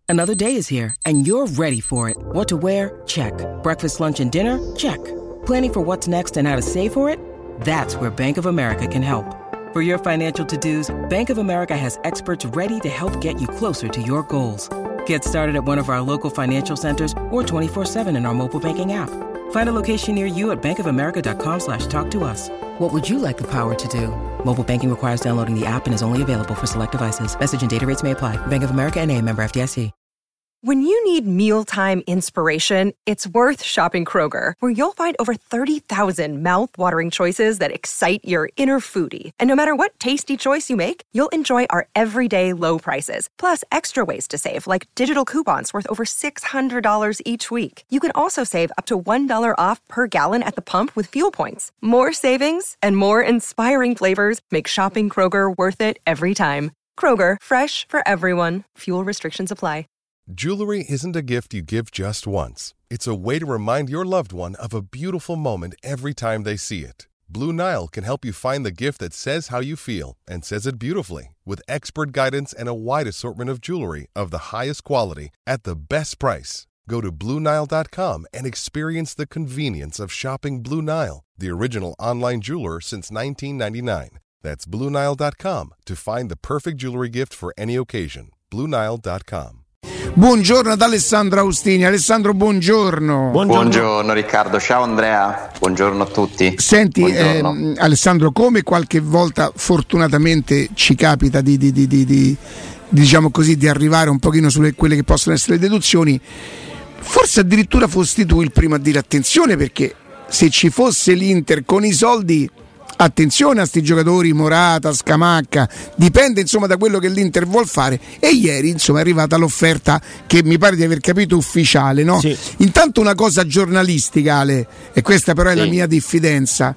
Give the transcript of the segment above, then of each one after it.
Another day is here, and you're ready for it. What to wear? Check. Breakfast, lunch, and dinner? Check. Planning for what's next and how to save for it? That's where Bank of America can help. For your financial to-dos, Bank of America has experts ready to help get you closer to your goals. Get started at one of our local financial centers or 24/7 in our mobile banking app. Find a location near you at bankofamerica.com/talktous. What would you like the power to do? Mobile banking requires downloading the app and is only available for select devices. Message and data rates may apply. Bank of America N.A., member FDIC. When you need mealtime inspiration, it's worth shopping Kroger, where you'll find over 30,000 mouth-watering choices that excite your inner foodie. And no matter what tasty choice you make, you'll enjoy our everyday low prices, plus extra ways to save, like digital coupons worth over $600 each week. You can also save up to $1 off per gallon at the pump with fuel points. More savings and more inspiring flavors make shopping Kroger worth it every time. Kroger, fresh for everyone. Fuel restrictions apply. Jewelry isn't a gift you give just once. It's a way to remind your loved one of a beautiful moment every time they see it. Blue Nile can help you find the gift that says how you feel and says it beautifully, with expert guidance and a wide assortment of jewelry of the highest quality at the best price. Go to BlueNile.com and experience the convenience of shopping Blue Nile, the original online jeweler since 1999. That's BlueNile.com to find the perfect jewelry gift for any occasion. BlueNile.com. Buongiorno ad Alessandro Austini. Alessandro, buongiorno. Buongiorno Riccardo, ciao Andrea, buongiorno a tutti. Senti, Alessandro, come qualche volta fortunatamente ci capita di diciamo così, di arrivare un pochino sulle quelle che possono essere le deduzioni, forse addirittura fosti tu il primo a dire attenzione, perché se ci fosse l'Inter con i soldi, attenzione a sti giocatori, Morata, Scamacca, dipende insomma da quello che l'Inter vuol fare. E ieri insomma è arrivata l'offerta che mi pare di aver capito ufficiale, no? Sì. Intanto una cosa giornalistica, Ale, e questa però è la mia diffidenza: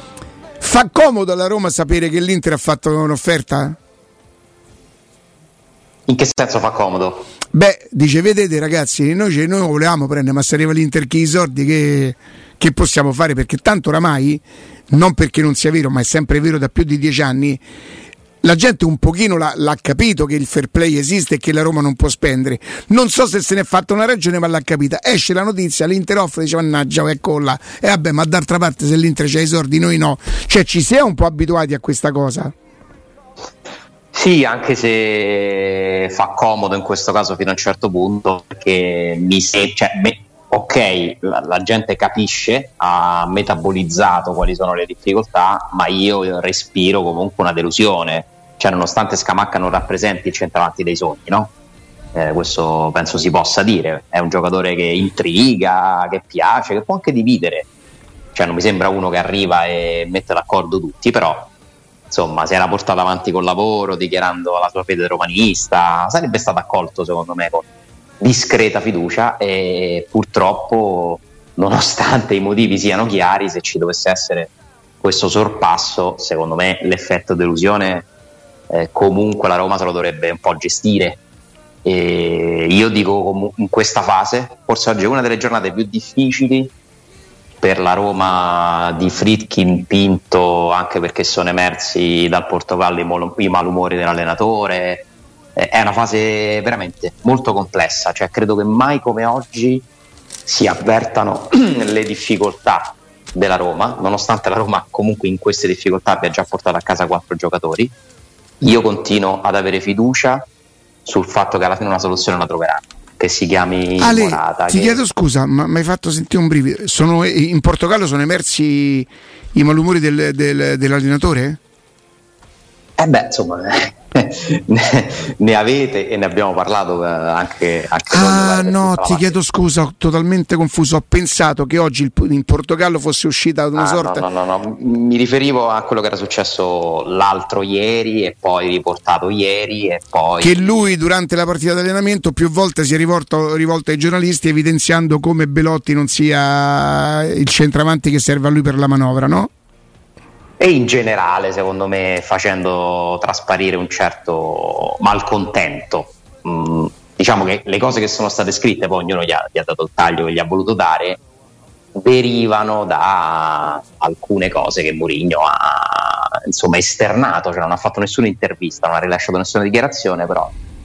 fa comodo alla Roma sapere che l'Inter ha fatto un'offerta? In che senso fa comodo? Beh, dice, vedete ragazzi, noi volevamo prendere, ma se arriva l'Inter che i soldi che possiamo fare? Perché tanto oramai, non perché non sia vero, ma è sempre vero da più di 10 anni, la gente un pochino l'ha capito che il fair play esiste e che la Roma non può spendere. Non so se se ne è fatta una ragione, ma l'ha capita. Esce la notizia, l'Inter offre, dice mannaggia, ecco là. E vabbè, ma d'altra parte se l'Inter c'ha i soldi, noi no. Cioè ci si è un po' abituati a questa cosa. Sì, anche se fa comodo in questo caso fino a un certo punto, perché ok, la gente capisce, ha metabolizzato quali sono le difficoltà, ma io respiro comunque una delusione, cioè nonostante Scamacca non rappresenti il centravanti dei sogni, no? Questo penso si possa dire, è un giocatore che intriga, che piace, che può anche dividere, cioè non mi sembra uno che arriva e mette d'accordo tutti, però insomma si era portato avanti col lavoro, dichiarando la sua fede romanista, sarebbe stato accolto secondo me con discreta fiducia, e purtroppo, nonostante i motivi siano chiari, se ci dovesse essere questo sorpasso, secondo me l'effetto delusione comunque la Roma se lo dovrebbe un po' gestire. E io dico, in questa fase forse oggi è una delle giornate più difficili per la Roma di Friedkin, Pinto, anche perché sono emersi dal Portogallo i malumori dell'allenatore. È una fase veramente molto complessa, cioè credo che mai come oggi si avvertano le difficoltà della Roma, nonostante la Roma comunque in queste difficoltà abbia già portato a casa 4 giocatori. Io continuo ad avere fiducia sul fatto che alla fine una soluzione la troveranno, che si chiami Ale, Morata. Ti chiedo scusa, ma mi hai fatto sentire un brivido. In Portogallo sono emersi i malumori dell'allenatore? Insomma ne avete e ne abbiamo parlato anche no, ti chiedo scusa, ho totalmente confuso, ho pensato che oggi in Portogallo fosse uscita una sorta no, mi riferivo a quello che era successo l'altro ieri e poi riportato ieri, e poi che lui durante la partita di allenamento più volte si è rivolto ai giornalisti evidenziando come Belotti non sia il centravanti che serve a lui per la manovra, no? E in generale, secondo me, facendo trasparire un certo malcontento. Diciamo che le cose che sono state scritte, poi ognuno gli ha dato il taglio che gli ha voluto dare, derivano da alcune cose che Mourinho ha esternato, cioè non ha fatto nessuna intervista, non ha rilasciato nessuna dichiarazione, però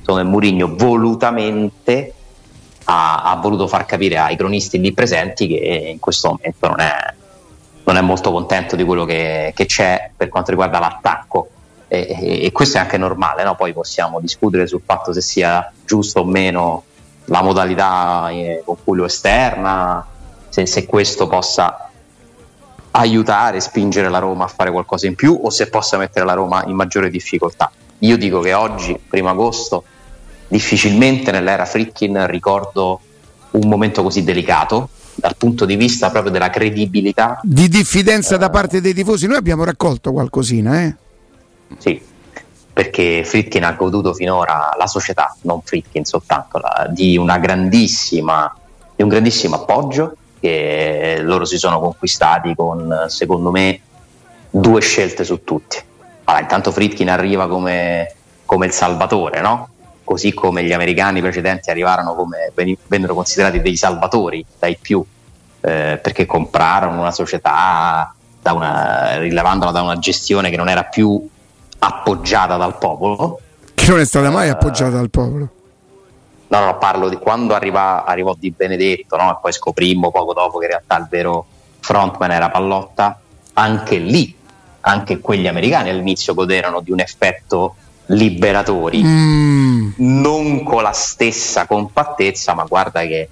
secondo me Mourinho volutamente ha voluto far capire ai cronisti lì presenti che in questo momento non è molto contento di quello che c'è per quanto riguarda l'attacco, e questo è anche normale, no? Poi possiamo discutere sul fatto se sia giusto o meno la modalità con cui lo esterna, se questo possa aiutare, spingere la Roma a fare qualcosa in più, o se possa mettere la Roma in maggiore difficoltà. Io dico che oggi, 1 agosto, difficilmente nell'era Friedkin ricordo un momento così delicato dal punto di vista proprio della credibilità, di diffidenza da parte dei tifosi. Noi abbiamo raccolto qualcosina, Sì, perché Friedkin ha goduto finora, la società, non Friedkin soltanto, di un grandissimo appoggio che loro si sono conquistati con, secondo me, 2 scelte su tutti. Allora, intanto Friedkin arriva come il salvatore, no? Così come gli americani precedenti arrivarono come vennero considerati dei salvatori dai più, perché comprarono una società rilevandola da una gestione che non era più appoggiata dal popolo, che non è stata mai appoggiata dal popolo. No, parlo di quando arrivò Di Benedetto, no? E poi scoprimmo poco dopo che in realtà il vero frontman era Pallotta. Anche lì, anche quegli americani all'inizio goderono di un effetto liberatori, non con la stessa compattezza, ma guarda che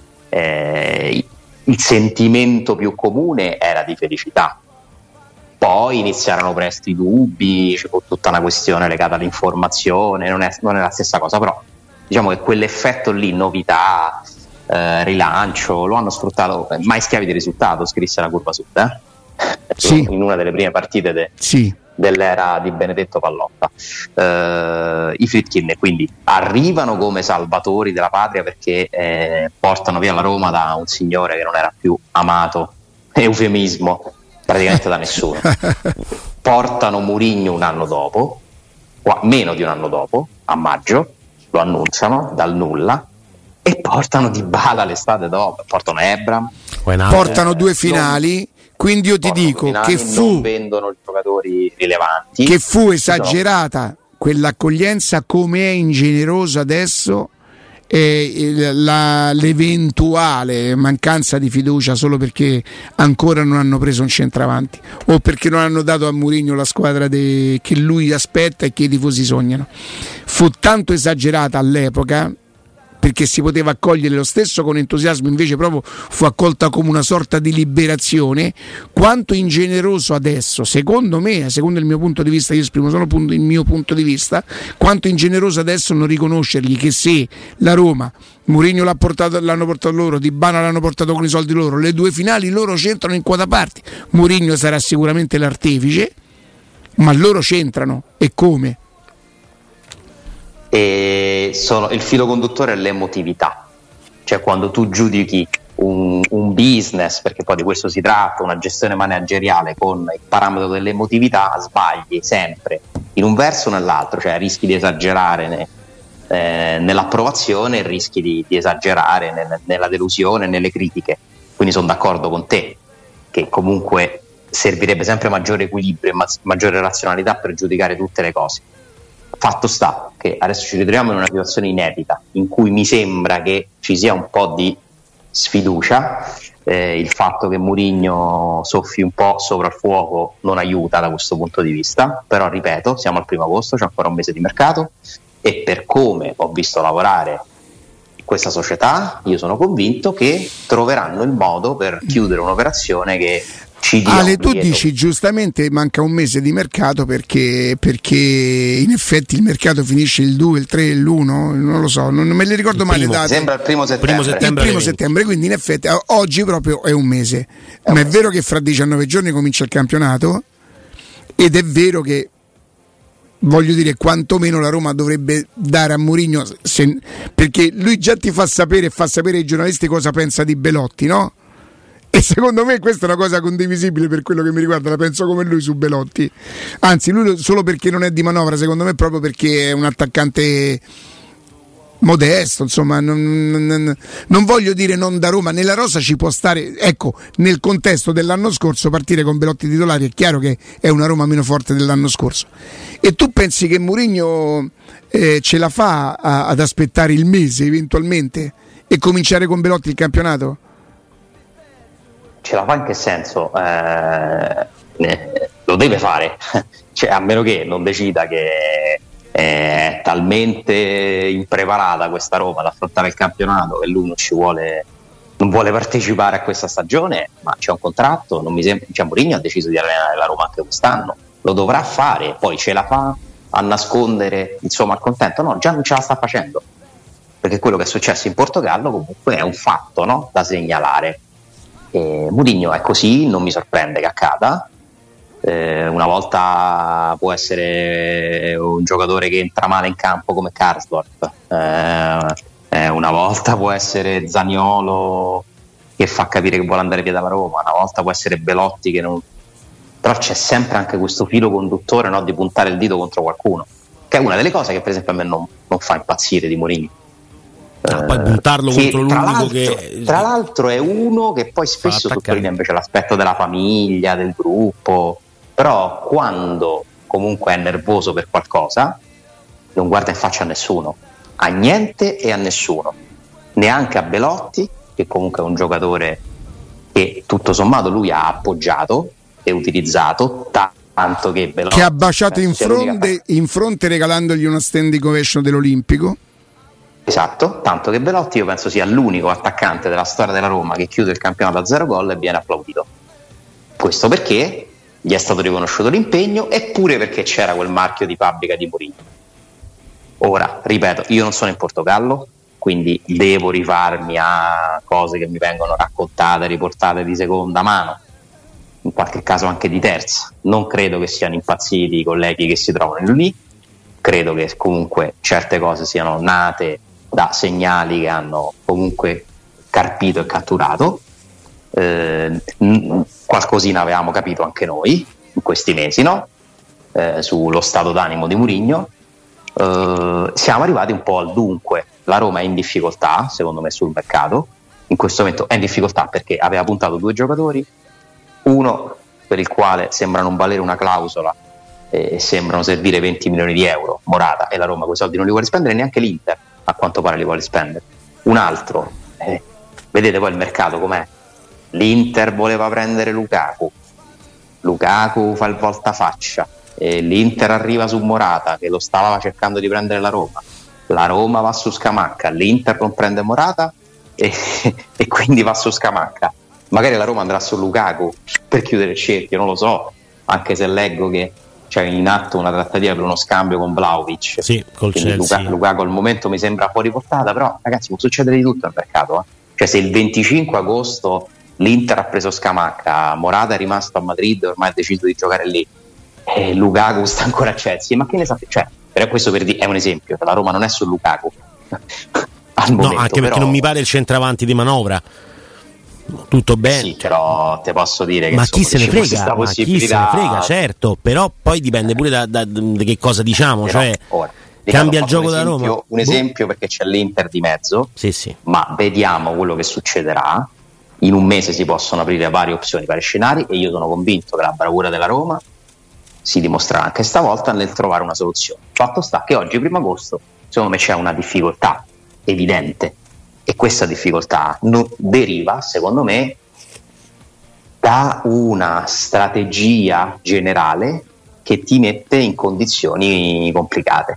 il sentimento più comune era di felicità. Poi iniziarono presto i dubbi, c'è tutta una questione legata all'informazione, non è la stessa cosa, però diciamo che quell'effetto lì, novità, rilancio, lo hanno sfruttato. Mai schiavi di risultato, scrisse la Curva Sud, Sì. In una delle prime partite dell'era di Benedetto Pallotta. I Friedkin quindi arrivano come salvatori della patria, perché portano via la Roma da un signore che non era più amato, eufemismo, praticamente da nessuno. Portano Mourinho un anno dopo, meno di un anno dopo, a maggio, lo annunciano dal nulla, e portano Dybala l'estate dopo, portano Ebram, portano 2 finali. Quindi io ti dico che non vendono i giocatori rilevanti, che fu esagerata quell'accoglienza, come è ingeneroso adesso l'eventuale mancanza di fiducia solo perché ancora non hanno preso un centravanti o perché non hanno dato a Mourinho la squadra che lui aspetta e che i tifosi sognano. Fu tanto esagerata all'epoca, perché si poteva accogliere lo stesso con entusiasmo, invece proprio fu accolta come una sorta di liberazione. Quanto ingeneroso adesso, secondo me, secondo il mio punto di vista, io esprimo solo il mio punto di vista, quanto ingeneroso adesso non riconoscergli che se la Roma, Mourinho l'hanno portato loro, Dybala l'hanno portato con i soldi loro, le 2 finali loro c'entrano in quota parti. Mourinho sarà sicuramente l'artefice, ma loro c'entrano, e come? E il filo conduttore è l'emotività, cioè quando tu giudichi un business, perché poi di questo si tratta, una gestione manageriale con il parametro dell'emotività, sbagli sempre in un verso o nell'altro, cioè rischi di esagerare nell'approvazione e rischi di esagerare nella delusione, nelle critiche. Quindi sono d'accordo con te che comunque servirebbe sempre maggiore equilibrio e maggiore razionalità per giudicare tutte le cose. Fatto sta che adesso ci ritroviamo in una situazione inedita in cui mi sembra che ci sia un po' di sfiducia, il fatto che Mourinho soffi un po' sopra il fuoco non aiuta da questo punto di vista, però ripeto, siamo al 1 agosto, c'è ancora un mese di mercato, e per come ho visto lavorare questa società io sono convinto che troveranno il modo per chiudere un'operazione che Ale, tu dici giustamente manca un mese di mercato perché in effetti il mercato finisce il 2, il 3 e l'1, non lo so, non me le ricordo mai le date. Sembra il 1 settembre. Il 1 settembre, quindi in effetti oggi proprio è un mese. Ma è vero che fra 19 giorni comincia il campionato, ed è vero che, voglio dire, quantomeno la Roma dovrebbe dare a Mourinho, perché lui già ti fa sapere ai giornalisti cosa pensa di Belotti, no? E secondo me questa è una cosa condivisibile per quello che mi riguarda, la penso come lui su Belotti. Anzi, lui solo perché non è di manovra, secondo me proprio perché è un attaccante modesto, insomma, non voglio dire non da Roma, nella rosa ci può stare, ecco, nel contesto dell'anno scorso partire con Belotti titolari è chiaro che è una Roma meno forte dell'anno scorso. E tu pensi che Mourinho ce la fa ad aspettare il mese eventualmente e cominciare con Belotti il campionato? Ce la fa in che senso? Lo deve fare, cioè, a meno che non decida che è talmente impreparata questa Roma ad affrontare il campionato che lui non vuole partecipare a questa stagione, ma c'è un contratto, non mi sembra, cioè, Mourinho ha deciso di allenare la Roma anche quest'anno, lo dovrà fare, poi ce la fa a nascondere il suo malcontento? No, già non ce la sta facendo, perché quello che è successo in Portogallo comunque è un fatto, no? Da segnalare. Mourinho è così, non mi sorprende che accada. Una volta può essere un giocatore che entra male in campo come Karsdorp, una volta può essere Zaniolo che fa capire che vuole andare via dalla Roma, una volta può essere Belotti che non... però c'è sempre anche questo filo conduttore, no, di puntare il dito contro qualcuno, che è una delle cose che per esempio a me non fa impazzire di Mourinho. Poi puntarlo contro l'unico che tra l'altro è uno che poi spesso sottolinea invece l'aspetto della famiglia, del gruppo, però quando comunque è nervoso per qualcosa non guarda in faccia a nessuno, a niente e a nessuno, neanche a Belotti, che comunque è un giocatore che tutto sommato lui ha appoggiato e utilizzato tanto che Belotti, che ha baciato in fronte regalandogli una standing ovation dell'Olimpico. Esatto, tanto che Belotti io penso sia l'unico attaccante della storia della Roma che chiude il campionato a 0 gol e viene applaudito. Questo perché gli è stato riconosciuto l'impegno, eppure perché c'era quel marchio di fabbrica di Mourinho. Ora, ripeto, io non sono in Portogallo, quindi devo rifarmi a cose che mi vengono raccontate, riportate di seconda mano, in qualche caso anche di terza. Non credo che siano impazziti i colleghi che si trovano lì, credo che comunque certe cose siano nate da segnali che hanno comunque carpito e catturato. Qualcosina avevamo capito anche noi in questi mesi, no? Sullo stato d'animo di Mourinho. Siamo arrivati un po' al dunque. La Roma è in difficoltà, secondo me, sul mercato. In questo momento è in difficoltà perché aveva puntato 2 giocatori, uno per il quale sembra non valere una clausola e sembrano servire 20 milioni di euro, Morata, e la Roma quei soldi non li vuole spendere, neanche l'Inter a quanto pare li vuole spendere. Un altro, vedete poi il mercato com'è, l'Inter voleva prendere Lukaku fa il voltafaccia, l'Inter arriva su Morata che lo stava cercando di prendere la Roma va su Scamacca, l'Inter non prende Morata e quindi va su Scamacca. Magari la Roma andrà su Lukaku per chiudere il cerchio, non lo so, anche se leggo che c'è in atto una trattativa per uno scambio con Vlahovic. Sì, col Chelsea. Lukaku al momento mi sembra fuori portata, però ragazzi può succedere di tutto al mercato. Cioè se il 25 agosto l'Inter ha preso Scamacca, Morata è rimasto a Madrid, ormai ha deciso di giocare lì, e Lukaku sta ancora a Chelsea, ma che ne sapete? Cioè, però questo per dire, è un esempio, la Roma non è su Lukaku al momento, no, anche perché non mi pare il centravanti di manovra. Tutto bene, sì, però te posso dire che ma chi se ne frega, certo, però poi dipende pure da che cosa diciamo, però, cioè cambia il gioco da Roma. Un esempio perché c'è l'Inter di mezzo, sì. Ma vediamo quello che succederà. In un mese si possono aprire varie opzioni, vari scenari, e io sono convinto che la bravura della Roma si dimostrerà anche stavolta nel trovare una soluzione. Fatto sta che oggi, 1 agosto, secondo me c'è una difficoltà evidente, e questa difficoltà deriva, secondo me, da una strategia generale che ti mette in condizioni complicate.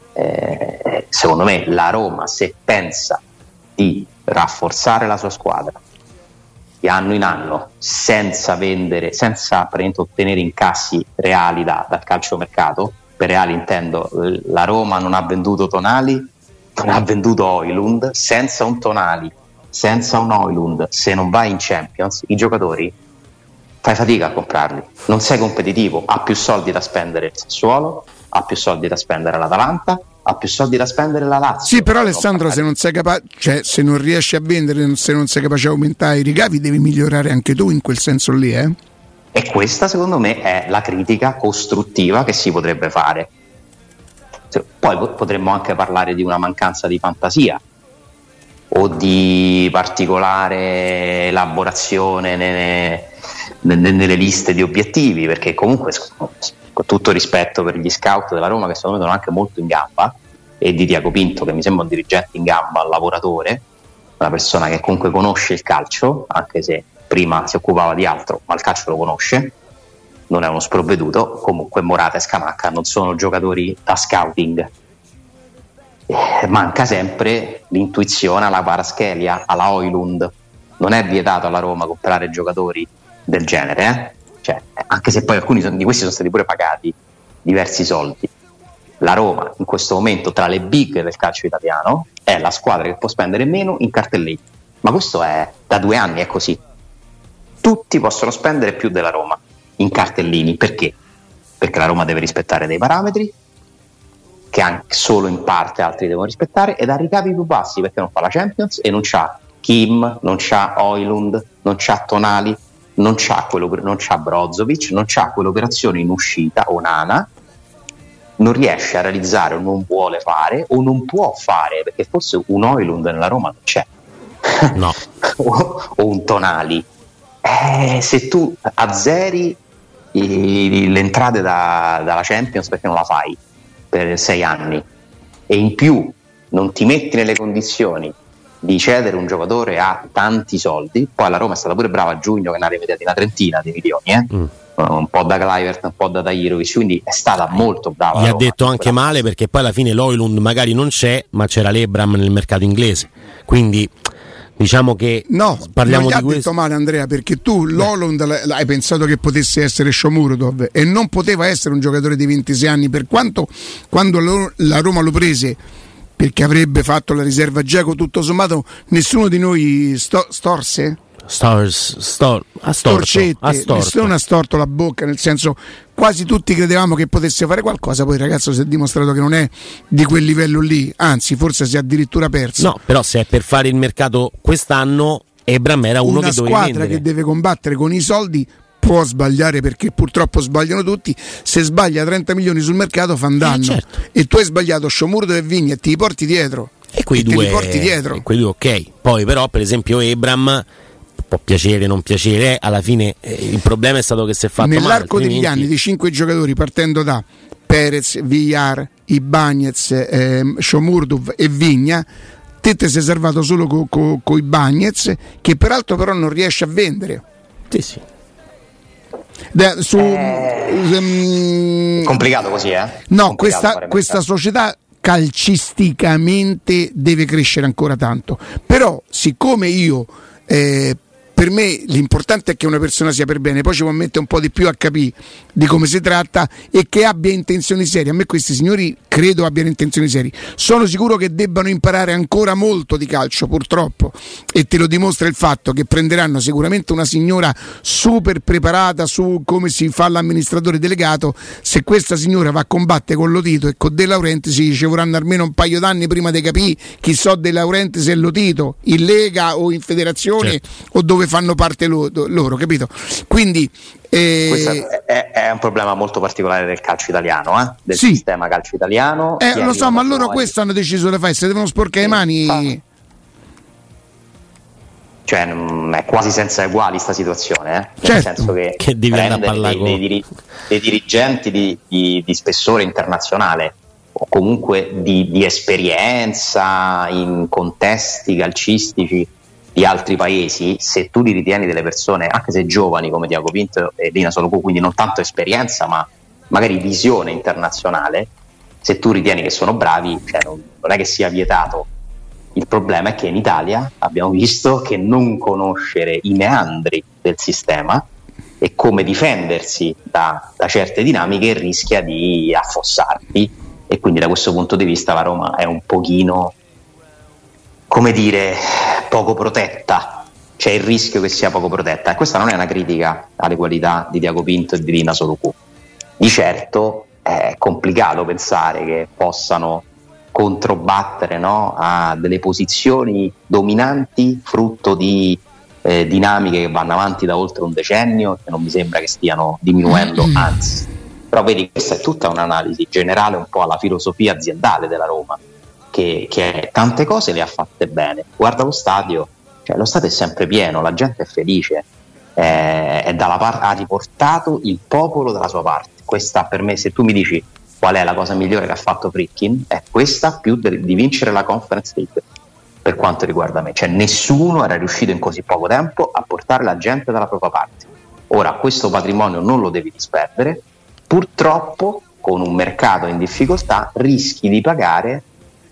Secondo me la Roma, se pensa di rafforzare la sua squadra di anno in anno senza vendere, senza ottenere incassi reali dal calciomercato, per reali intendo la Roma non ha venduto Tonali, non ha venduto Højlund, senza un Tonali, senza un Højlund, se non vai in Champions, i giocatori fai fatica a comprarli, non sei competitivo, ha più soldi da spendere il Sassuolo, ha più soldi da spendere l'Atalanta, ha più soldi da spendere la Lazio. Sì, però Alessandro, se non sei capace, cioè se non riesci a vendere, se non sei capace di aumentare i ricavi, devi migliorare anche tu in quel senso lì, E questa secondo me è la critica costruttiva che si potrebbe fare. Poi potremmo anche parlare di una mancanza di fantasia o di particolare elaborazione nelle liste di obiettivi, perché comunque, con tutto rispetto per gli scout della Roma, che secondo me sono anche molto in gamba, e di Tiago Pinto, che mi sembra un dirigente in gamba, un lavoratore, una persona che comunque conosce il calcio, anche se prima si occupava di altro, ma il calcio lo conosce, non è uno sprovveduto. Comunque Morata e Scamacca non sono giocatori da scouting. Manca sempre l'intuizione alla Kvaratskhelia, alla Højlund. Non è vietato alla Roma comprare giocatori del genere, cioè, anche se poi alcuni di questi sono stati pure pagati diversi soldi. La Roma in questo momento, tra le big del calcio italiano, è la squadra che può spendere meno in cartellini, ma questo è da 2 anni, è così. Tutti possono spendere più della Roma in cartellini. Perché? Perché la Roma deve rispettare dei parametri che anche solo in parte altri devono rispettare, ed ha ricavi più bassi perché non fa la Champions e non c'ha Kim, non c'ha Højlund, non c'ha Tonali, non c'ha Brozovic, non c'ha quell'operazione in uscita, Onana, non riesce a realizzare o non vuole fare o non può fare, perché forse un Højlund nella Roma non c'è, no. o un Tonali. Se tu azzeri le entrate dalla Champions, perché non la fai per 6 anni, e in più non ti metti nelle condizioni di cedere un giocatore a tanti soldi. Poi la Roma è stata pure brava a giugno, che ne ha rimediati una 30 di milioni, un po' da Kluivert, un po' da Tahirovic, quindi è stata molto brava. Gli ha detto anche male, perché poi alla fine l'Hojlund magari non c'è, ma c'era l'Ebram nel mercato inglese, quindi diciamo che no, parliamo non gli di ha detto male, Andrea, perché tu l'Hojlund hai pensato che potesse essere Shomurodov, e non poteva essere un giocatore di 26 anni, per quanto quando la Roma lo prese perché avrebbe fatto la riserva Dzeko, tutto sommato nessuno di noi storce? Nessuno ha storto la bocca, nel senso, quasi tutti credevamo che potesse fare qualcosa. Poi il ragazzo si è dimostrato che non è di quel livello lì, anzi forse si è addirittura perso. No, però se è per fare il mercato quest'anno, Ebram era uno che doveva vendere. Una squadra che deve combattere con i soldi può sbagliare, perché purtroppo sbagliano tutti. Se sbaglia 30 milioni sul mercato fa un danno, certo. E tu hai sbagliato Shomurodov e Vigna e ti porti dietro, e quei due ok. Poi però per esempio Ebram può piacere, non piacere, alla fine il problema è stato che si è fatto nell'arco male, degli anni di 5 giocatori, partendo da Perez, Villar, Ibañez, Shomurodov e Vigna, te sei salvato solo con Ibañez, che peraltro però non riesce a vendere. Sì. Complicato così, No, questa società calcisticamente deve crescere ancora tanto, però siccome io per me l'importante è che una persona sia per bene, poi ci può mettere un po' di più a capire di come si tratta e che abbia intenzioni serie. A me questi signori credo abbiano intenzioni serie, sono sicuro che debbano imparare ancora molto di calcio, purtroppo, e te lo dimostra il fatto che prenderanno sicuramente una signora super preparata su come si fa l'amministratore delegato. Se questa signora va a combattere con Lotito e con De Laurentiis, ci vorranno almeno un paio d'anni prima di capire chi so De Laurentiis e Lotito in Lega o in federazione, certo, o dove fanno parte loro, capito? Quindi questo è un problema molto particolare del calcio italiano, del sistema calcio italiano. Lo so, ma loro questo hanno deciso di fare, se devono sporcare le mani. Cioè è quasi senza eguali sta situazione, certo, nel senso che devi prendere dei dirigenti di spessore internazionale o comunque di esperienza in contesti calcistici di altri paesi, se tu li ritieni delle persone, anche se giovani, come Tiago Pinto e Lina Soloku, quindi non tanto esperienza ma magari visione internazionale, se tu ritieni che sono bravi, cioè non è che sia vietato. Il problema è che in Italia abbiamo visto che non conoscere i meandri del sistema e come difendersi da certe dinamiche rischia di affossarti, e quindi da questo punto di vista la Roma è un pochino, come dire, poco protetta, c'è il rischio che sia poco protetta, e questa non è una critica alle qualità di Tiago Pinto e di Lina Soloku. Di certo è complicato pensare che possano controbattere, a delle posizioni dominanti frutto di dinamiche che vanno avanti da oltre un decennio, che non mi sembra che stiano diminuendo, anzi Però vedi, questa è tutta un'analisi generale un po' alla filosofia aziendale della Roma, che tante cose le ha fatte bene. Guarda lo stadio, cioè lo stadio è sempre pieno, la gente è felice, è dalla ha riportato il popolo dalla sua parte. Questa per me, se tu mi dici qual è la cosa migliore che ha fatto Friedkin, è questa, più di vincere la Conference League, per quanto riguarda me. Cioè nessuno era riuscito in così poco tempo a portare la gente dalla propria parte. Ora questo patrimonio non lo devi disperdere, purtroppo con un mercato in difficoltà rischi di pagare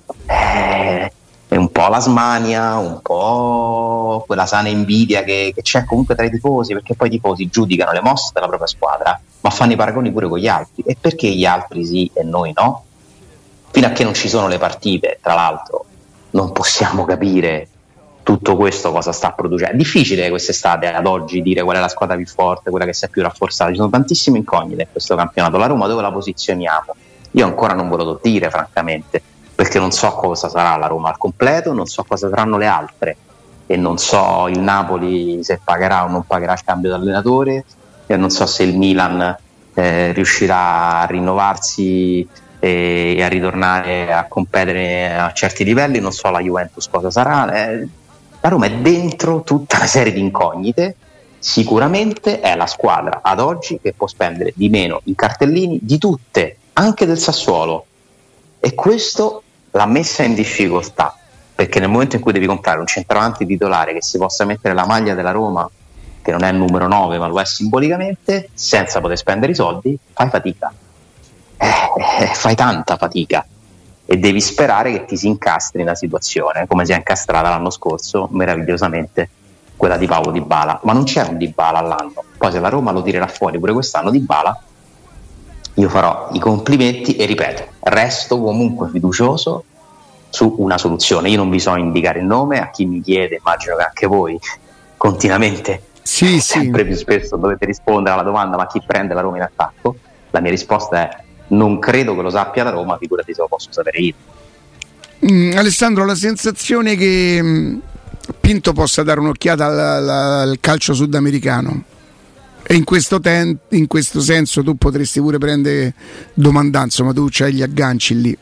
un po' la smania, un po' quella sana invidia che c'è comunque tra i tifosi, perché poi i tifosi giudicano le mosse della propria squadra, ma fanno i paragoni pure con gli altri. E perché gli altri sì e noi no? Fino a che non ci sono le partite, tra l'altro, non possiamo capire tutto questo cosa sta producendo. È difficile quest'estate ad oggi dire qual è la squadra più forte, quella che si è più rafforzata. Ci sono tantissime incognite in questo campionato. La Roma dove la posizioniamo? Io ancora non ve lo devo dire, francamente, perché non so cosa sarà la Roma al completo, non so cosa saranno le altre, e non so il Napoli se pagherà o non pagherà il cambio d'allenatore, e non so se il Milan riuscirà a rinnovarsi e a ritornare a competere a certi livelli, non so la Juventus cosa sarà. La Roma è dentro tutta una serie di incognite. Sicuramente è la squadra ad oggi che può spendere di meno in cartellini di tutte, anche del Sassuolo, e questo l'ha messa in difficoltà, perché nel momento in cui devi comprare un centravanti titolare che si possa mettere la maglia della Roma, che non è il numero 9 ma lo è simbolicamente, senza poter spendere i soldi, fai fatica, fai tanta fatica, e devi sperare che ti si incastri una situazione come si è incastrata l'anno scorso meravigliosamente quella di Paulo Dybala. Ma non c'è un Dybala all'anno, poi se la Roma lo tirerà fuori pure quest'anno Dybala, io farò i complimenti e ripeto, resto comunque fiducioso su una soluzione. Io non vi so indicare il nome, a chi mi chiede immagino che anche voi continuamente sempre più spesso dovete rispondere alla domanda ma chi prende la Roma in attacco. La mia risposta è: non credo che lo sappia la Roma, figurati se lo posso sapere io. Alessandro, la sensazione che Pinto possa dare un'occhiata al calcio sudamericano, e in questo senso tu potresti pure prendere Domandanzo, ma tu c'hai gli agganci lì.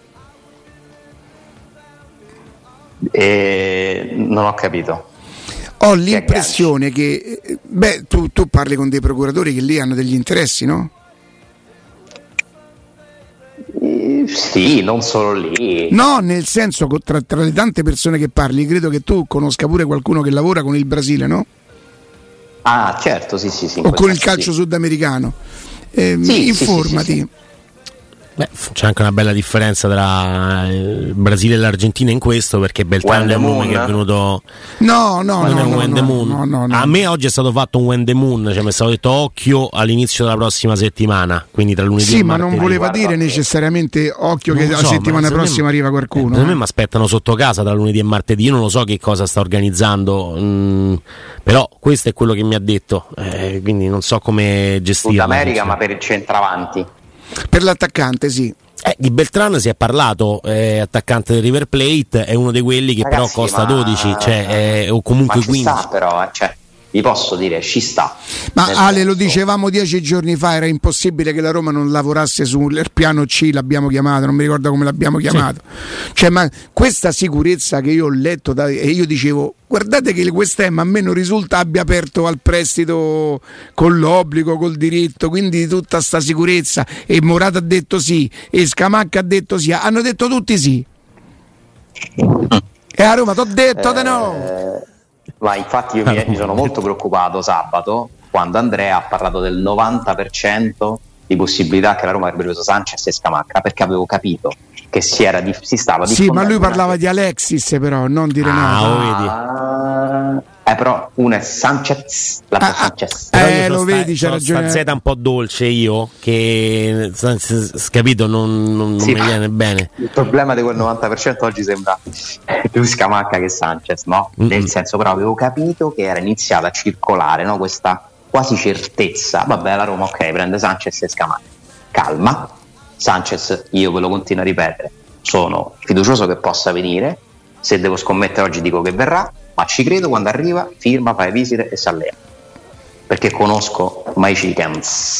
Non ho capito. Ho l'impressione che tu parli con dei procuratori che lì hanno degli interessi, no? Sì, non solo lì. No, nel senso, tra le tante persone che parli, credo che tu conosca pure qualcuno che lavora con il Brasile, no? Ah, certo, sì. O con il calcio sudamericano. Informati. Sì. Beh, c'è anche una bella differenza tra il Brasile e l'Argentina in questo, perché Beltrán è un nome che è venuto. No. A me oggi è stato fatto un when the moon, cioè mi è stato detto occhio all'inizio della prossima settimana, quindi tra lunedì e martedì. Sì, ma non voleva dire necessariamente occhio che la settimana prossima arriva qualcuno. Per me mi aspettano sotto casa tra lunedì e martedì, io non lo so che cosa sta organizzando, però questo è quello che mi ha detto, quindi non so come gestirlo. Sud America, ma per il centravanti. Per l'attaccante, sì. Di Beltrán si è parlato, attaccante del River Plate, è uno di quelli che però costa 12, o comunque 15. Sta però, vi posso dire, ci sta. Ma Ale, lo dicevamo 10 giorni fa, era impossibile che la Roma non lavorasse sul piano C, l'abbiamo chiamato, non mi ricordo come l'abbiamo chiamato. Sì. Ma questa sicurezza che io ho letto, e io dicevo, guardate che quest'Em a me non risulta abbia aperto al prestito con l'obbligo, col diritto, quindi tutta sta sicurezza, e Morata ha detto sì, e Scamacca ha detto sì, hanno detto tutti sì. E a Roma t'ho detto di no. Ma infatti io mi sono molto preoccupato sabato quando Andrea ha parlato del 90% di possibilità che la Roma avrebbe preso Sanchez e Scamacca, perché avevo capito che si stava sì, ma lui parlava di Alexis, però non di Renato. Però uno è Sanchez, Sanchez. Lo vedi, c'è ragione. Sta Z un po' dolce io, che capito, non mi viene bene. Il problema di quel 90% oggi sembra più Scamacca che Sanchez, no? Nel senso, però avevo capito che era iniziata a circolare, no? Questa quasi certezza. Vabbè, la Roma ok, prende Sanchez e Scamacca. Calma, Sanchez, io ve lo continuo a ripetere, sono fiducioso che possa venire. Se devo scommettere oggi dico che verrà, ma ci credo quando arriva, firma, fa le visite e si allena, perché conosco my chickens.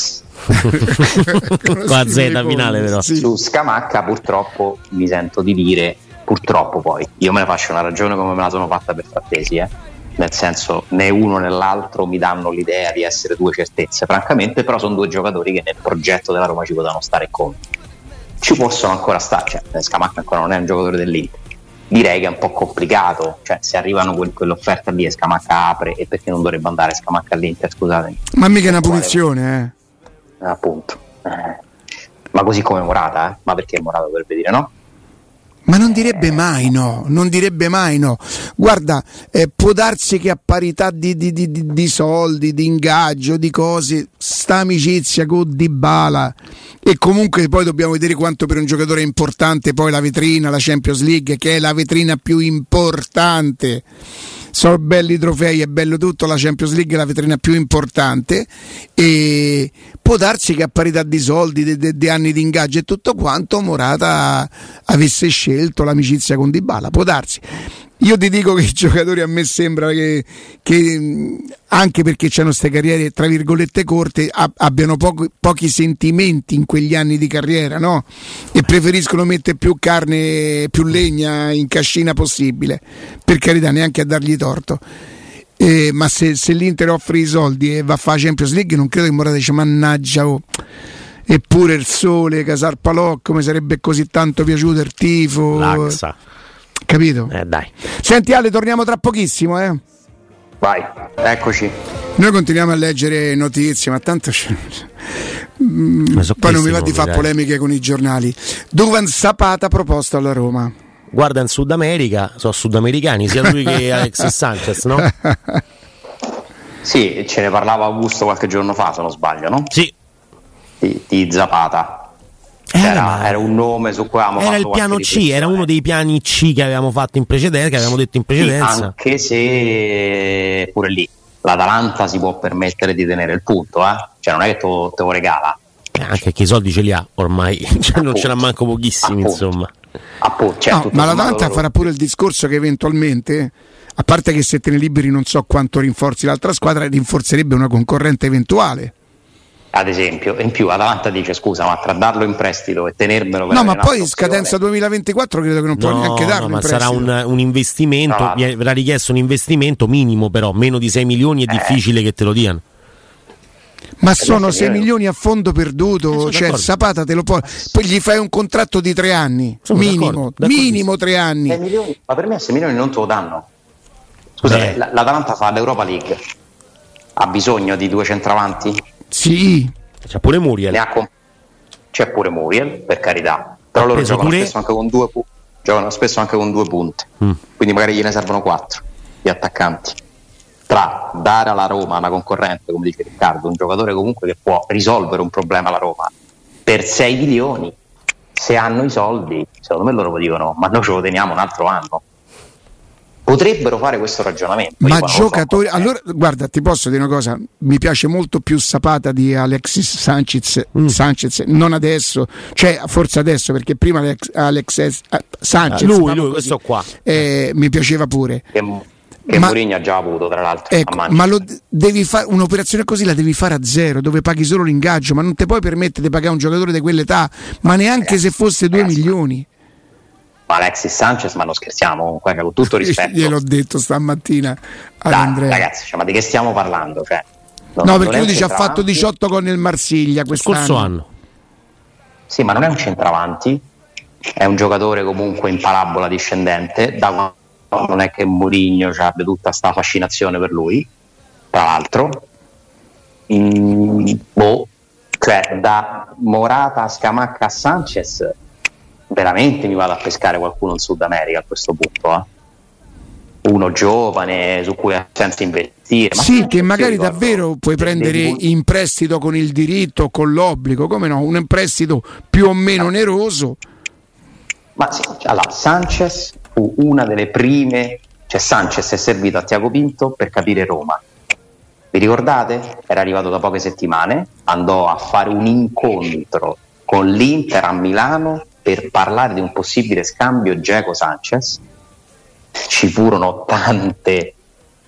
con la Z finale però. Sì. Su Scamacca purtroppo mi sento di dire, purtroppo poi io me ne faccio una ragione come me la sono fatta per Frattesi, nel senso né uno né l'altro mi danno l'idea di essere due certezze francamente, però sono due giocatori che nel progetto della Roma ci potevano stare come ci possono ancora stare, cioè Scamacca ancora non è un giocatore dell'Inter, direi che è un po' complicato, cioè se arrivano quell'offerta lì e Scamacca apre, e perché non dovrebbe andare Scamacca all'Inter, scusatemi, ma mica è una punizione appunto ma così come Morata, ma perché Morata dovrebbe dire no? Ma non direbbe mai no. Guarda, può darsi che a parità di soldi, di ingaggio, di cose, sta amicizia con Dybala, e comunque poi dobbiamo vedere quanto per un giocatore è importante poi la vetrina, la Champions League, che è la vetrina più importante. Sono belli i trofei, è bello tutto, la Champions League è la vetrina più importante, e può darsi che a parità di soldi, di anni di ingaggio e tutto quanto, Morata avesse scelto l'amicizia con Dybala, può darsi. Io ti dico che i giocatori, a me sembra che anche perché c'hanno queste carriere tra virgolette corte, abbiano pochi sentimenti in quegli anni di carriera, no? E preferiscono mettere più carne, più legna in cascina possibile, per carità, neanche a dargli torto. Ma se l'Inter offre i soldi e va a fare la Champions League, non credo che Morata dice mannaggia, eppure il sole, Casar Palò, come sarebbe così tanto piaciuto il tifo, Laxa. Capito? Dai. Senti Ale, torniamo tra pochissimo, Vai, eccoci. Noi continuiamo a leggere notizie, ma tanto poi non mi va di fare polemiche con i giornali. Duvan Zapata proposto alla Roma. Guarda, in Sud America sono sudamericani sia lui che Alexis Sanchez, no? Sì, ce ne parlava Augusto qualche giorno fa, se non sbaglio, no? Sì. Di Zapata. Era un nome su cui avevamo fatto il piano C, era uno dei piani C che avevamo fatto in precedenza, che avevamo detto in precedenza. Sì, anche se pure lì l'Atalanta si può permettere di tenere il punto, cioè non è che te lo regala. Anche che i soldi ce li ha ormai, cioè non ce l'ha manco pochissimi, insomma. Certo, ma l'Atalanta farà pure il discorso che eventualmente, a parte che se te ne liberi non so quanto rinforzi l'altra squadra, rinforzerebbe una concorrente eventuale. Ad esempio, in più Atalanta dice scusa, ma tra darlo in prestito e tenermelo per no, ma poi scadenza 2024 credo che non può neanche darlo ma in prestito. Sarà un investimento, verrà richiesto un investimento minimo, però meno di 6 milioni è difficile che te lo diano. Ma sono 6 milioni a fondo perduto, cioè Zapata te lo può, poi gli fai un contratto di 3 anni, minimo 3 anni. 6 milioni, ma per me 6 milioni non te lo danno. Scusate, l'Atalanta fa l'Europa League, ha bisogno di 2 centravanti? Sì. C'è pure Muriel. C'è pure Muriel, per carità, però loro giocano spesso anche con 2 punte, quindi magari gliene servono 4 di attaccanti. Tra dare alla Roma una concorrente, come dice Riccardo, un giocatore comunque che può risolvere un problema alla Roma per 6 milioni, se hanno i soldi, secondo me loro dicono ma noi ce lo teniamo un altro anno. Potrebbero fare questo ragionamento. Ma giocatori, allora guarda, ti posso dire una cosa, mi piace molto più Zapata di Alexis Sanchez, non adesso, cioè forse adesso, perché prima Alexis Sanchez lui questo qua mi piaceva pure. Che Mourinho ha già avuto, tra l'altro. Ecco, ma devi fare un'operazione così, la devi fare a zero, dove paghi solo l'ingaggio, ma non ti puoi permettere di pagare un giocatore di quell'età, ma neanche se fosse 2 milioni. Ma Alexis Sanchez, ma non scherziamo, con tutto rispetto. Gliel'ho detto stamattina ad Andrea. Ragazzi, ma di che stiamo parlando? Cioè, no, perché lui dice ha fatto 18 gol nel Marsiglia quest'anno. Scorso anno. Sì, ma non è un centravanti, è un giocatore comunque in parabola discendente, non è che Mourinho abbia tutta sta fascinazione per lui, tra l'altro. Cioè da Morata a Scamacca a Sanchez veramente mi vado a pescare qualcuno in Sud America a questo punto, uno giovane su cui ha senza investire, ma sì, che magari davvero puoi prendere in prestito con il diritto, con l'obbligo, come no, un prestito più o meno oneroso. Ma sì, allora Sanchez fu una delle prime, cioè Sanchez è servito a Tiago Pinto per capire Roma. Vi ricordate? Era arrivato da poche settimane, andò a fare un incontro con l'Inter a Milano per parlare di un possibile scambio Dzeko-Sanchez. Ci furono tante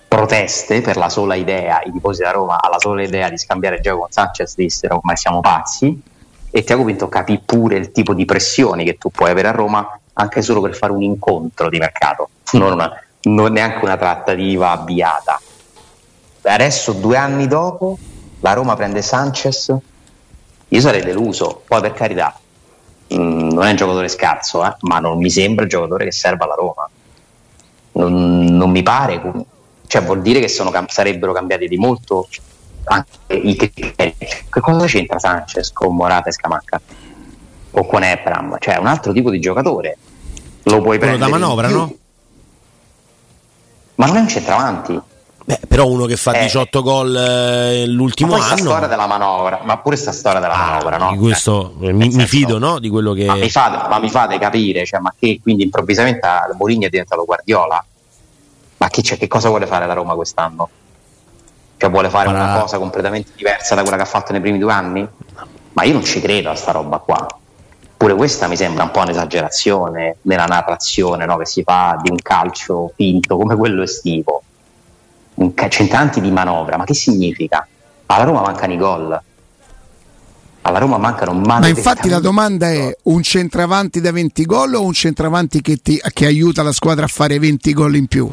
proteste per la sola idea, i tifosi da Roma alla sola idea di scambiare Dzeko con Sanchez dissero ma siamo pazzi, e Tiago Pinto capì pure il tipo di pressioni che tu puoi avere a Roma anche solo per fare un incontro di mercato, non neanche una trattativa avviata. Adesso 2 anni dopo la Roma prende Sanchez, io sarei deluso, poi per carità non è un giocatore scarso, ma non mi sembra il giocatore che serve alla Roma, non mi pare, cioè vuol dire che sarebbero cambiati di molto anche i criteri. Che cosa c'entra Sanchez con Morata e Scamacca o con Ebram? Cioè è un altro tipo di giocatore, lo puoi prendere da manovra, no? Ma non è un centravanti. Però uno che fa 18 gol l'ultimo anno. Storia della manovra, ma pure sta storia della manovra, no? Di questo mi fido, no? Di quello che. Ma mi fate capire, cioè, ma che quindi improvvisamente Mourinho è diventato Guardiola? Ma che cosa vuole fare la Roma quest'anno? Cioè vuole fare una cosa completamente diversa da quella che ha fatto nei primi 2 anni? Ma io non ci credo a sta roba qua. Pure questa mi sembra un po' un'esagerazione nella narrazione, no? Che si fa di un calcio finto come quello estivo. Cent'anni di manovra, ma che significa? Alla Roma mancano i gol, alla Roma mancano ma infatti la domanda è: un centravanti da 20 gol o un centravanti che aiuta la squadra a fare 20 gol in più?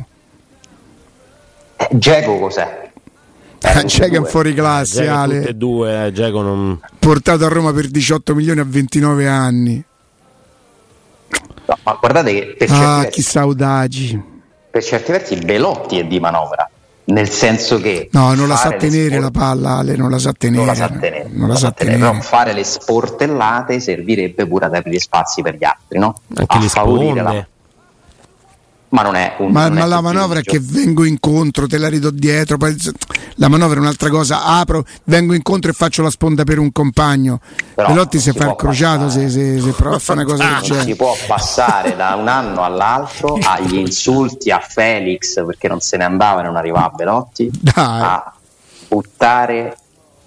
Dzeko cos'è? Dzeko è un fuori classe, Ale. Tutte e due, Dzeko non... portato a Roma per 18 milioni a 29 anni. No, ma guardate che per certi versi, chissà audaci. Per certi versi Belotti è di manovra, nel senso che non la sa tenere la palla, Ale, non la sa tenere. Però fare le sportellate servirebbe pure ad aprire spazi per gli altri, no? Anche le favorire ma non è la manovra è che vengo incontro, te la ridò dietro, poi la manovra è un'altra cosa, vengo incontro e faccio la sponda per un compagno. Belotti si fa il crociato se prova a fare una cosa del genere. Si può passare da un anno all'altro agli insulti a Felix perché non se ne andava e non arrivava Belotti, a buttare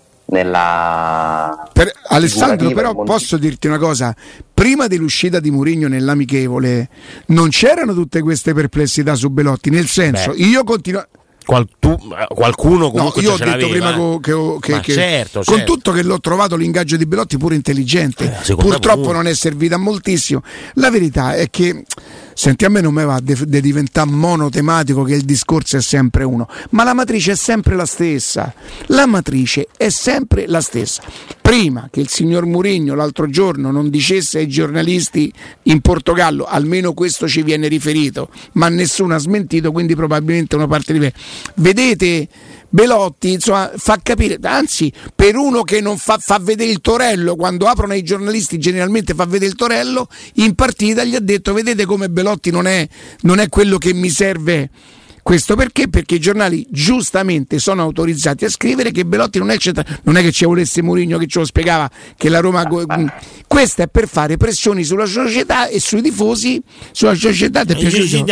Alessandro, però posso dirti una cosa: prima dell'uscita di Mourinho nell'amichevole non c'erano tutte queste perplessità su Belotti, nel senso, io continuo qualcuno comunque io ho detto prima che certo. Con tutto che l'ho trovato l'ingaggio di Belotti pure intelligente, purtroppo non è servito a moltissimo. La verità è che senti, a me non mi va di diventare monotematico, che il discorso è sempre uno, ma la matrice è sempre la stessa. Prima che il signor Mourinho l'altro giorno non dicesse ai giornalisti in Portogallo, almeno questo ci viene riferito, ma nessuno ha smentito, quindi probabilmente una parte di me. Vedete, Belotti insomma fa capire, anzi per uno che non fa vedere il torello, quando aprono ai giornalisti generalmente fa vedere il torello, in partita gli ha detto: vedete come Belotti non è quello che mi serve. Questo perché i giornali giustamente sono autorizzati a scrivere che Belotti non è il centrale. Non è che ci volesse Mourinho che ce lo spiegava che la Roma questo è per fare pressioni sulla società e sui tifosi, sulla società in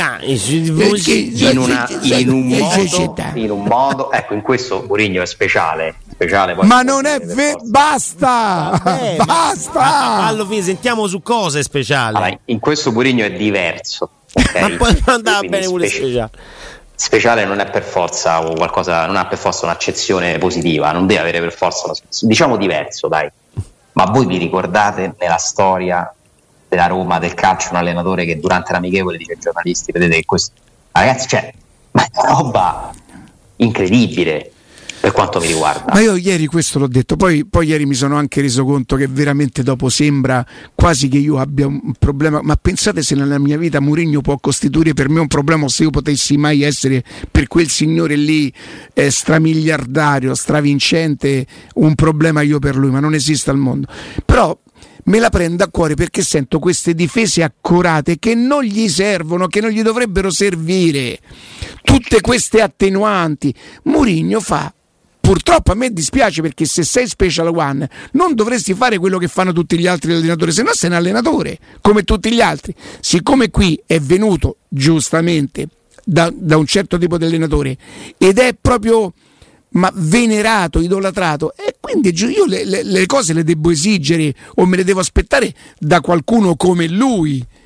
un modo, ecco, in questo Mourinho è speciale ma non è basta. Fallo finire, sentiamo su cosa è speciale. Allora, in questo Mourinho è diverso, okay? Ma poi andava bene pure speciale non è per forza o qualcosa, non ha per forza un'accezione positiva, non deve avere per forza diciamo diverso, dai. Ma voi vi ricordate nella storia della Roma, del calcio, un allenatore che durante l'amichevole dice ai giornalisti: vedete che questo, ragazzi, cioè, ma è una roba incredibile per quanto mi riguarda. Ma io ieri questo l'ho detto, poi ieri mi sono anche reso conto che veramente dopo sembra quasi che io abbia un problema, ma pensate se nella mia vita Mourinho può costituire per me un problema, o se io potessi mai essere per quel signore lì stramiliardario, stravincente, un problema io per lui, ma non esiste al mondo. Però me la prendo a cuore perché sento queste difese accorate che non gli servono, che non gli dovrebbero servire, tutte queste attenuanti. Mourinho fa, purtroppo a me dispiace, perché se sei Special One non dovresti fare quello che fanno tutti gli altri allenatori, se no sei un allenatore come tutti gli altri. Siccome qui è venuto giustamente da un certo tipo di allenatore ed è proprio venerato, idolatrato, e quindi io le cose le devo esigere o me le devo aspettare da qualcuno come lui.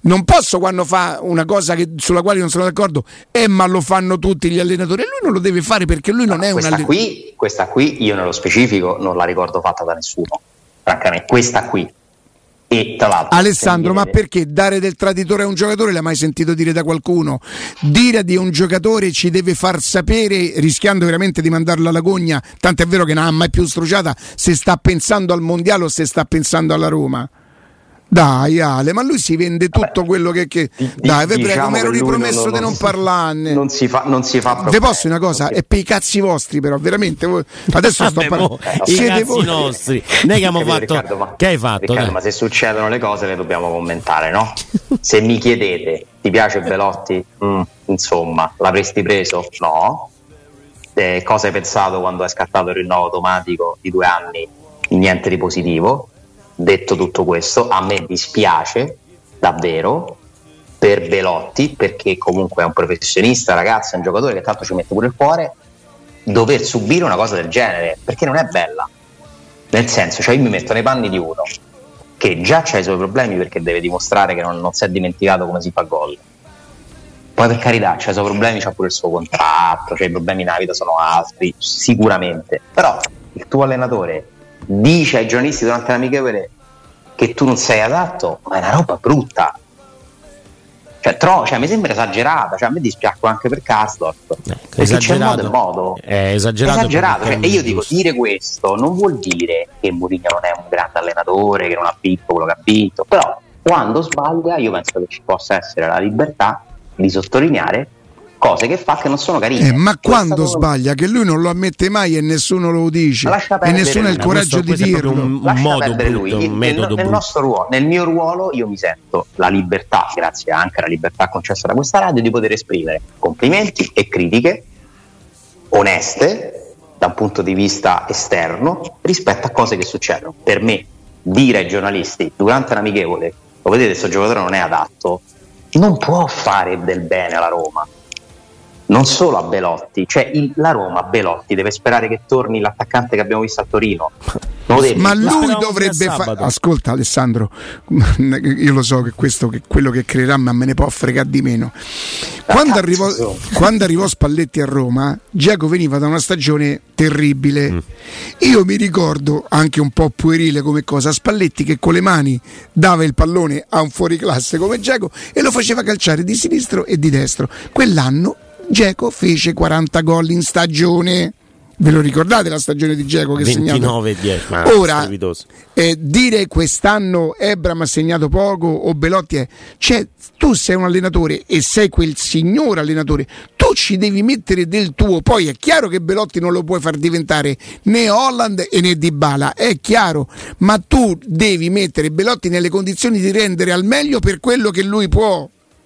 Non posso, quando fa una cosa sulla quale non sono d'accordo, ma lo fanno tutti gli allenatori, e lui non lo deve fare perché lui non è un allenatore. Questa qui io nello specifico non la ricordo fatta da nessuno, francamente, questa qui. E tra l'altro, Alessandro, ma perché dare del traditore a un giocatore l'hai mai sentito dire da qualcuno? Dire di un giocatore ci deve far sapere, rischiando veramente di mandarlo alla gogna, tant'è vero che non ha mai più strusciata, se sta pensando al mondiale o se sta pensando alla Roma. Dai Ale, ma lui si vende tutto quello che dai, vi prego, mi ero ripromesso di non parlarne. Non si fa vi posso una cosa? È per i cazzi vostri, però veramente voi, adesso sto parlando i cazzi voi nostri. Noi che abbiamo fatto, Riccardo, che hai fatto? Riccardo, ma se succedono le cose le dobbiamo commentare, no? Se mi chiedete ti piace Belotti? Insomma, l'avresti preso? No. Cosa hai pensato quando hai scattato il rinnovo automatico di 2 anni? Niente di positivo. Detto tutto questo, a me dispiace davvero per Belotti, perché comunque è un professionista, ragazzi, è un giocatore che tanto ci mette pure il cuore, dover subire una cosa del genere, perché non è bella. Nel senso, cioè io mi metto nei panni di uno che già c'ha i suoi problemi perché deve dimostrare che non si è dimenticato come si fa gol. Poi per carità, c'ha i suoi problemi, c'ha pure il suo contratto, cioè i problemi nella vita sono altri, sicuramente. Però il tuo allenatore dice ai giornalisti durante l'amichevole che tu non sei adatto, ma è una roba brutta, cioè mi sembra esagerata, cioè a me dispiace anche per Karsdorp, perché c'è modo è esagerato cioè, e io dico, dire questo non vuol dire che Mourinho non è un grande allenatore, che non ha vinto quello che ha vinto, però quando sbaglia io penso che ci possa essere la libertà di sottolineare cose che fa che non sono carine. Ma quando sbaglia, che lui non lo ammette mai e nessuno lo dice e nessuno ha il coraggio di dirlo. Un modo brutto, un metodo brutto. Nel mio ruolo io mi sento la libertà, grazie anche alla libertà concessa da questa radio, di poter esprimere complimenti e critiche oneste da un punto di vista esterno rispetto a cose che succedono. Per me dire ai giornalisti durante l'amichevole, lo vedete, questo giocatore non è adatto, non può fare del bene alla Roma. Non solo a Belotti, cioè la Roma, Belotti deve sperare che torni l'attaccante che abbiamo visto a Torino. Ma lui dovrebbe fare. Ascolta Alessandro, io lo so che questo che quello che creerà, ma me ne può fregare di meno. Quando arrivò Spalletti a Roma, Dzeko veniva da una stagione terribile. Io mi ricordo, anche un po' puerile come cosa, Spalletti che con le mani dava il pallone a un fuoriclasse come Dzeko e lo faceva calciare di sinistro e di destro. Quell'anno Dzeko fece 40 gol in stagione. Ve lo ricordate la stagione di Dzeko che 29-10? Ora dire quest'anno Ebram ha segnato poco o Belotti cioè tu sei un allenatore e sei quel signor allenatore, tu ci devi mettere del tuo. Poi è chiaro che Belotti non lo puoi far diventare né Holland e né Dybala, è chiaro, ma tu devi mettere Belotti nelle condizioni di rendere al meglio per quello che lui può.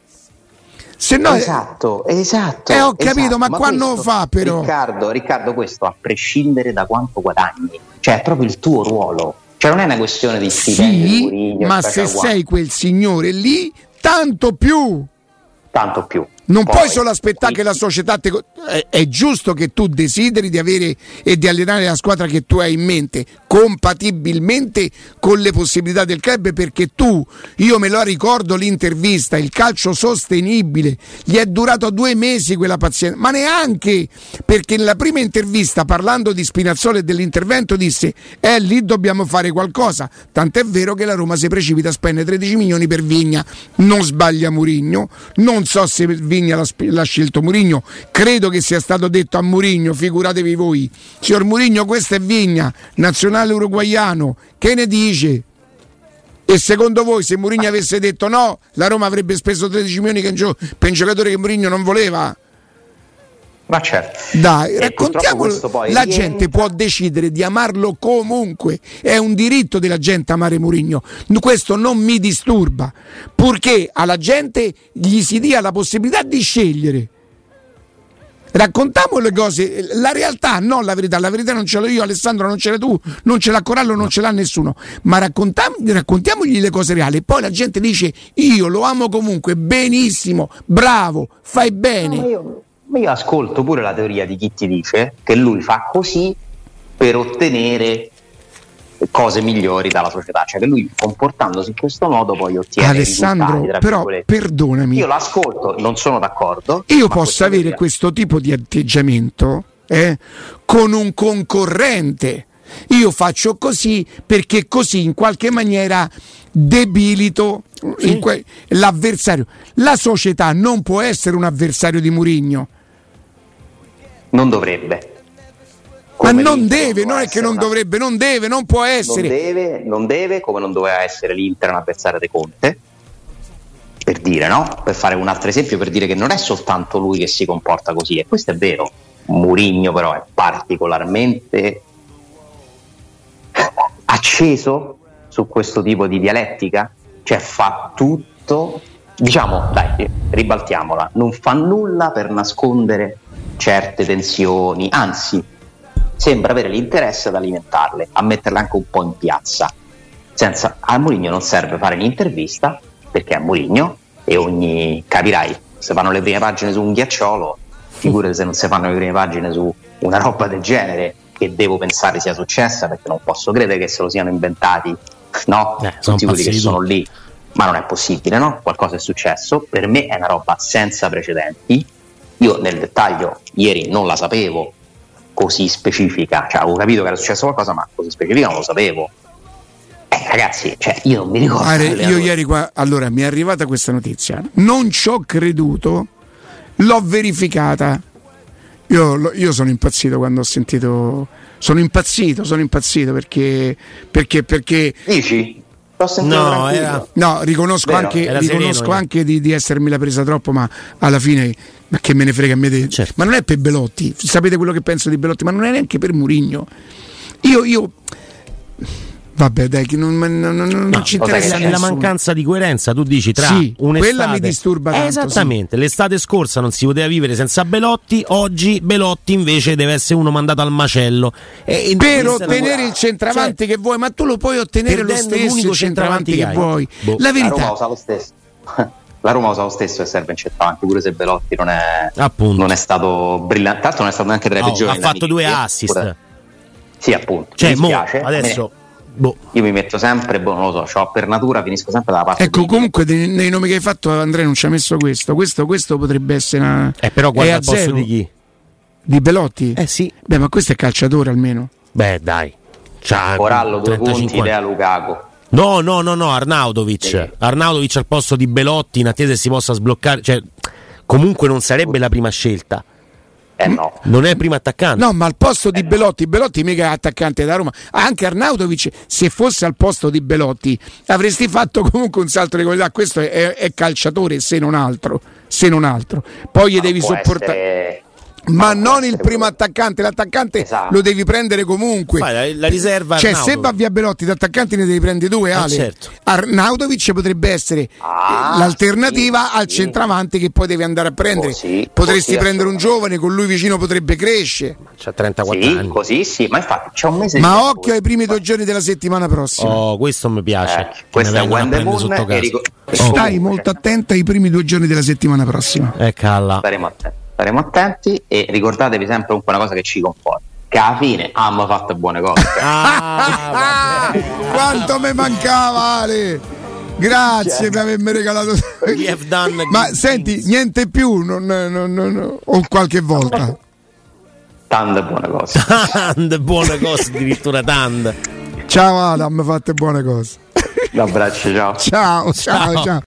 Se no, esatto. Ho capito, ma quando questo, fa però? Riccardo, questo a prescindere da quanto guadagni, cioè è proprio il tuo ruolo, cioè non è una questione di stipendio, sì, Mourinho, ma se sei quel signore lì, tanto più. Non puoi solo aspettare che la società è giusto che tu desideri di avere e di allenare la squadra che tu hai in mente compatibilmente con le possibilità del club, perché io me lo ricordo l'intervista, il calcio sostenibile, gli è durato 2 mesi quella pazienza, ma neanche, perché nella prima intervista parlando di Spinazzola e dell'intervento disse lì dobbiamo fare qualcosa, tant'è vero che la Roma si precipita a spendere 13 milioni per Vigna. Non sbaglia Mourinho, non so se Vigna l'ha scelto Mourinho, credo che sia stato detto a Mourinho, figuratevi voi, signor Mourinho, questo è Vigna, nazionale uruguaiano, che ne dice? E secondo voi se Mourinho avesse detto no, la Roma avrebbe speso 13 milioni per un giocatore che Mourinho non voleva? Ma certo. Dai, raccontiamolo. La gente può decidere di amarlo comunque, è un diritto della gente amare Mourinho, questo non mi disturba, purché alla gente gli si dia la possibilità di scegliere. Raccontiamo le cose, la realtà, non la verità non ce l'ho io, Alessandro non ce l'hai tu, non ce l'ha Corallo, non ce l'ha nessuno, ma raccontiamogli le cose reali. Poi la gente dice io lo amo comunque, benissimo, bravo, fai bene. Io ascolto pure la teoria di chi ti dice che lui fa così per ottenere cose migliori dalla società, cioè che lui comportandosi in questo modo poi ottiene Alessandro, però perdonami, io l'ascolto, non sono d'accordo, io posso avere questo tipo di atteggiamento con un concorrente. Io faccio così perché così in qualche maniera debilito l'avversario. La società non può essere un avversario di Mourinho, non dovrebbe. Ma non deve, non è che non dovrebbe, non deve, non può essere. Non deve, come non doveva essere l'Inter un avversario di Conte, per dire, no? Per fare un altro esempio, per dire che non è soltanto lui che si comporta così, e questo è vero. Mourinho però è particolarmente acceso su questo tipo di dialettica, cioè fa tutto, diciamo, dai, ribaltiamola, non fa nulla per nascondere certe tensioni, anzi sembra avere l'interesse ad alimentarle, a metterle anche un po' in piazza. A Mourinho non serve fare l'intervista, perché è Mourinho, e capirai, se fanno le prime pagine su un ghiacciolo, figurati se non si fanno le prime pagine su una roba del genere, che devo pensare sia successa, perché non posso credere che se lo siano inventati, no? Tutti quelli che sono lì, ma non è possibile, no? Qualcosa è successo. Per me è una roba senza precedenti. Io nel dettaglio ieri non la sapevo così specifica, cioè avevo capito che era successo qualcosa, ma così specifica non lo sapevo. Ragazzi, cioè io non mi ricordo. Io ieri qua, allora mi è arrivata questa notizia, non ci ho creduto, l'ho verificata. Io sono impazzito quando ho sentito. Sono impazzito perché. Dici? No, riconosco anche di essermela presa troppo, ma alla fine, ma che me ne frega a me certo. Ma non è per Belotti, sapete quello che penso di Belotti, ma non è neanche per Mourinho. Io vabbè, dai, che non ci interessa. È la mancanza di coerenza, tu dici, tra un'estate, quella mi disturba tanto. Esattamente, l'estate scorsa non si poteva vivere senza Belotti, oggi Belotti invece deve essere uno mandato al macello. Per ottenere il centravanti che vuoi, ma tu lo puoi ottenere lo stesso il centravanti che vuoi. La verità. La Roma usa lo stesso. La Roma usa lo stesso e serve in centravanti, pure se Belotti non è stato brillante, tanto non è stato neanche tra i peggiori. Ha fatto 2 assist. Sì, appunto. Cioè, mi dispiace, adesso io mi metto sempre, non lo so, c'ho per natura, finisco sempre dalla parte. Ecco, comunque nei nomi che hai fatto Andrea non ci ha messo questo potrebbe essere una. Però guarda al posto di chi? Di Belotti? Sì. Beh, ma questo è calciatore almeno. Beh, dai. Corallo 2 punti, idea Lukaku. No, Arnautovic. Sì. Arnautovic al posto di Belotti in attesa che si possa sbloccare, cioè comunque non sarebbe la prima scelta. No. Non è il primo attaccante. No, ma al posto di Belotti mica è attaccante da Roma. Anche Arnautovic, se fosse al posto di Belotti, avresti fatto comunque un salto di qualità. Questo è calciatore, se non altro. Poi gli devi sopportare. Ma non il primo attaccante, l'attaccante lo devi prendere comunque. La riserva. Cioè, se va via Belotti, d'attaccante ne devi prendere 2, Ale. Certo. Arnautovic potrebbe essere l'alternativa al centravanti che poi devi andare a prendere. Potresti prendere un giovane, con lui vicino potrebbe crescere. C'ha 34 anni. Così sì, ma infatti c'è un mese. Ma occhio ai primi 2 giorni della settimana prossima. Oh, questo mi piace. Questo è Wonder Moon. Stai molto attenta ai primi 2 giorni della settimana prossima. Calla. Staremo attenti e ricordatevi sempre comunque una cosa che ci conforta, che alla fine hanno fatto buone cose. Quanto mi mancava, Ale! Grazie per avermi regalato. Ma senti, niente più, o qualche volta. Tante buone cose. Tante buone cose, addirittura tante. Ciao Ale, mi fate buone cose. Un abbraccio, ciao. Ciao.